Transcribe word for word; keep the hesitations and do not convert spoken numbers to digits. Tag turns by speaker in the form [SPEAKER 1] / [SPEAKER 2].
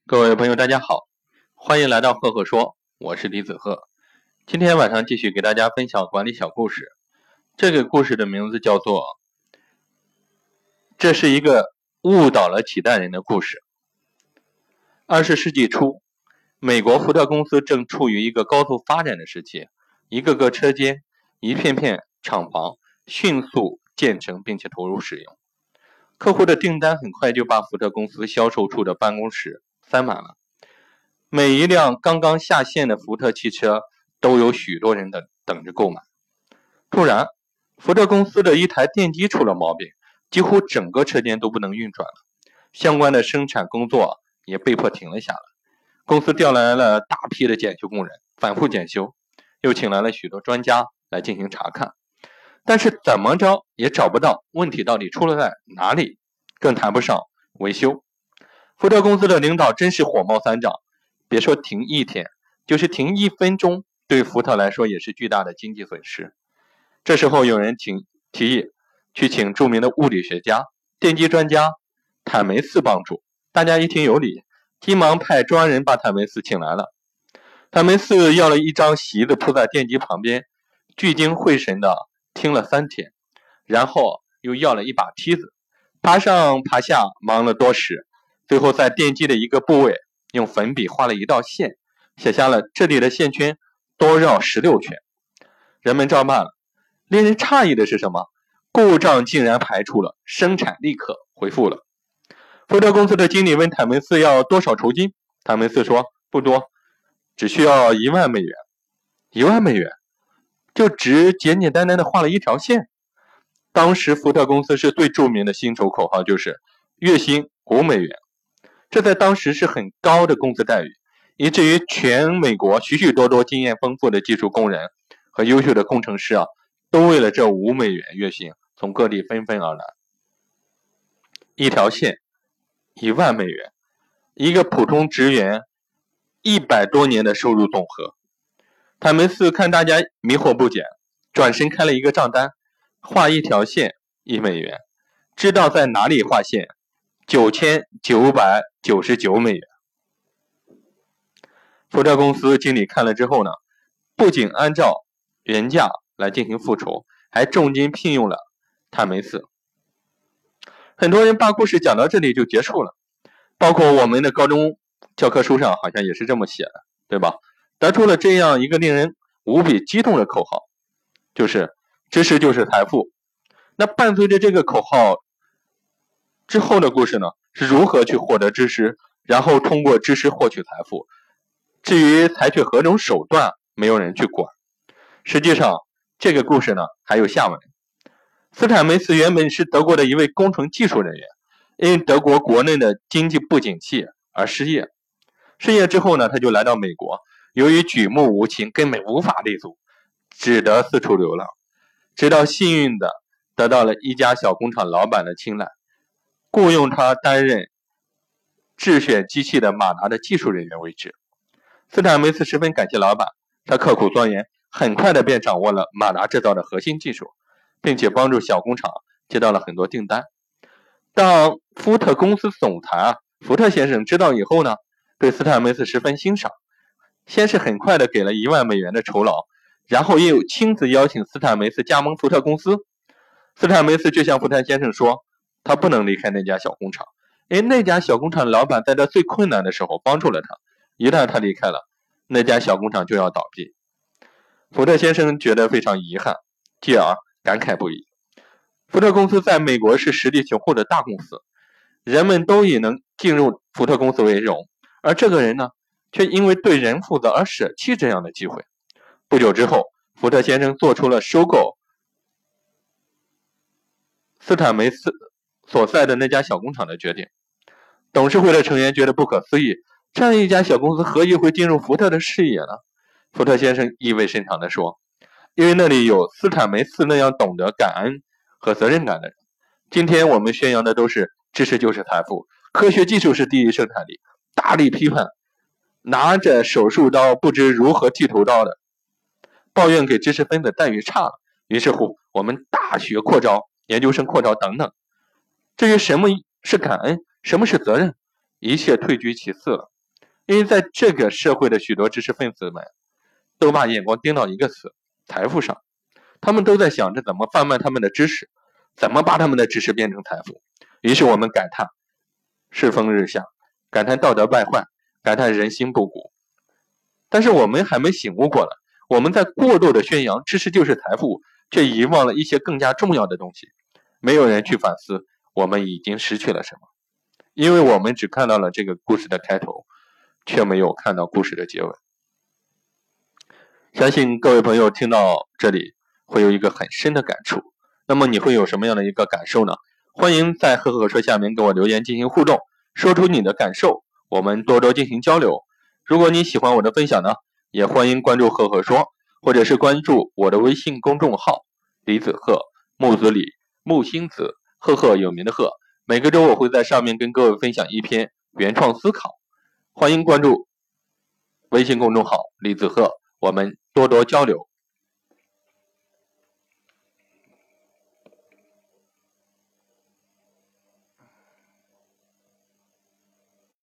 [SPEAKER 1] 各位朋友大家好，欢迎来到赫赫说，我是李子赫。今天晚上继续给大家分享管理小故事。这个故事的名字叫做这是一个误导了几代人的故事。二十世纪初，美国福特公司正处于一个高速发展的时期，一个个车间，一片片厂房迅速建成并且投入使用。客户的订单很快就把福特公司销售处的办公室塞满了，每一辆刚刚下线的福特汽车都有许多人等等着购买。突然，福特公司的一台电机出了毛病，几乎整个车间都不能运转了，相关的生产工作也被迫停了下来。公司调来了大批的检修工人，反复检修，又请来了许多专家来进行查看，但是怎么着也找不到问题到底出了在哪里，更谈不上维修。福特公司的领导真是火冒三丈，别说停一天，就是停一分钟，对福特来说也是巨大的经济损失。这时候有人请提议去请著名的物理学家、电机专家坦梅斯帮助，大家一听有理，急忙派专人把坦梅斯请来了。坦梅斯要了一张席子铺在电机旁边，聚精会神的听了三天，然后又要了一把梯子，爬上爬下，忙了多时。最后在电机的一个部位用粉笔画了一道线，写下了这里的线圈多绕十六圈。人们照办了。令人诧异的是什么？故障竟然排除了，生产立刻恢复了。福特公司的经理问坦梅斯要多少酬金，坦梅斯说不多，只需要一万美元。一万美元就只简简单单的画了一条线。当时福特公司是最著名的薪酬口号就是月薪五美元，这在当时是很高的工资待遇，以至于全美国许许多多经验丰富的技术工人和优秀的工程师啊，都为了这五美元月薪从各地纷纷而来。一条线一万美元，一个普通职员一百多年的收入总和。坦梅斯看大家迷惑不解，转身开了一个账单，画一条线一美元，知道在哪里画线九千九百九十九美元。福特公司经理看了之后呢，不仅按照原价来进行复仇，还重金聘用了坦梅斯。很多人把故事讲到这里就结束了，包括我们的高中教科书上好像也是这么写的，对吧？得出了这样一个令人无比激动的口号，就是知识就是财富。那伴随着这个口号之后的故事呢，是如何去获得知识，然后通过知识获取财富。至于采取何种手段，没有人去管。实际上这个故事呢还有下文。斯坦梅斯原本是德国的一位工程技术人员，因德国国内的经济不景气而失业。失业之后呢，他就来到美国，由于举目无亲，根本无法立足，只得四处流浪，直到幸运的得到了一家小工厂老板的青睐，雇佣他担任制选机器的马达的技术人员为止。斯坦梅斯十分感谢老板，他刻苦钻研，很快的便掌握了马达制造的核心技术，并且帮助小工厂接到了很多订单。当福特公司总裁啊福特先生知道以后呢，对斯坦梅斯十分欣赏，先是很快的给了一万美元的酬劳，然后又亲自邀请斯坦梅斯加盟福特公司。斯坦梅斯却向福特先生说，他不能离开那家小工厂，因为那家小工厂的老板在他最困难的时候帮助了他，一旦他离开了，那家小工厂就要倒闭。福特先生觉得非常遗憾，继而感慨不已。福特公司在美国是实力雄厚的大公司，人们都以能进入福特公司为荣，而这个人呢，却因为对人负责而舍弃这样的机会。不久之后，福特先生做出了收购斯坦梅斯所在的那家小工厂的决定。董事会的成员觉得不可思议，这样一家小公司何以会进入福特的视野呢？福特先生意味深长地说，因为那里有斯坦梅斯那样懂得感恩和责任感的人。今天我们宣扬的都是知识就是财富，科学技术是第一生产力，大力批判拿着手术刀不知如何剃头刀的，抱怨给知识分子待遇差了。于是乎我们大学扩招，研究生扩招等等。至于什么是感恩，什么是责任，一切退居其次了。 因为在这个社会的许多知识分子们都把眼光盯到一个词，财富上，他们都在想着怎么贩卖他们的知识，怎么把他们的知识变成财富。于是我们感叹世风日下，感叹道德败坏，感叹人心不古。但是我们还没醒悟过来，我们在过度的宣扬知识就是财富，却遗忘了一些更加重要的东西。没有人去反思我们已经失去了什么，因为我们只看到了这个故事的开头，却没有看到故事的结尾。相信各位朋友听到这里会有一个很深的感触。那么你会有什么样的一个感受呢？欢迎在赫赫说下面给我留言进行互动，说出你的感受，我们多多进行交流。如果你喜欢我的分享呢，也欢迎关注赫赫说，或者是关注我的微信公众号李子赫，木子李，木星子，赫赫有名的赫。每个周我会在上面跟各位分享一篇原创思考，欢迎关注微信公众号李子赫，我们多多交流。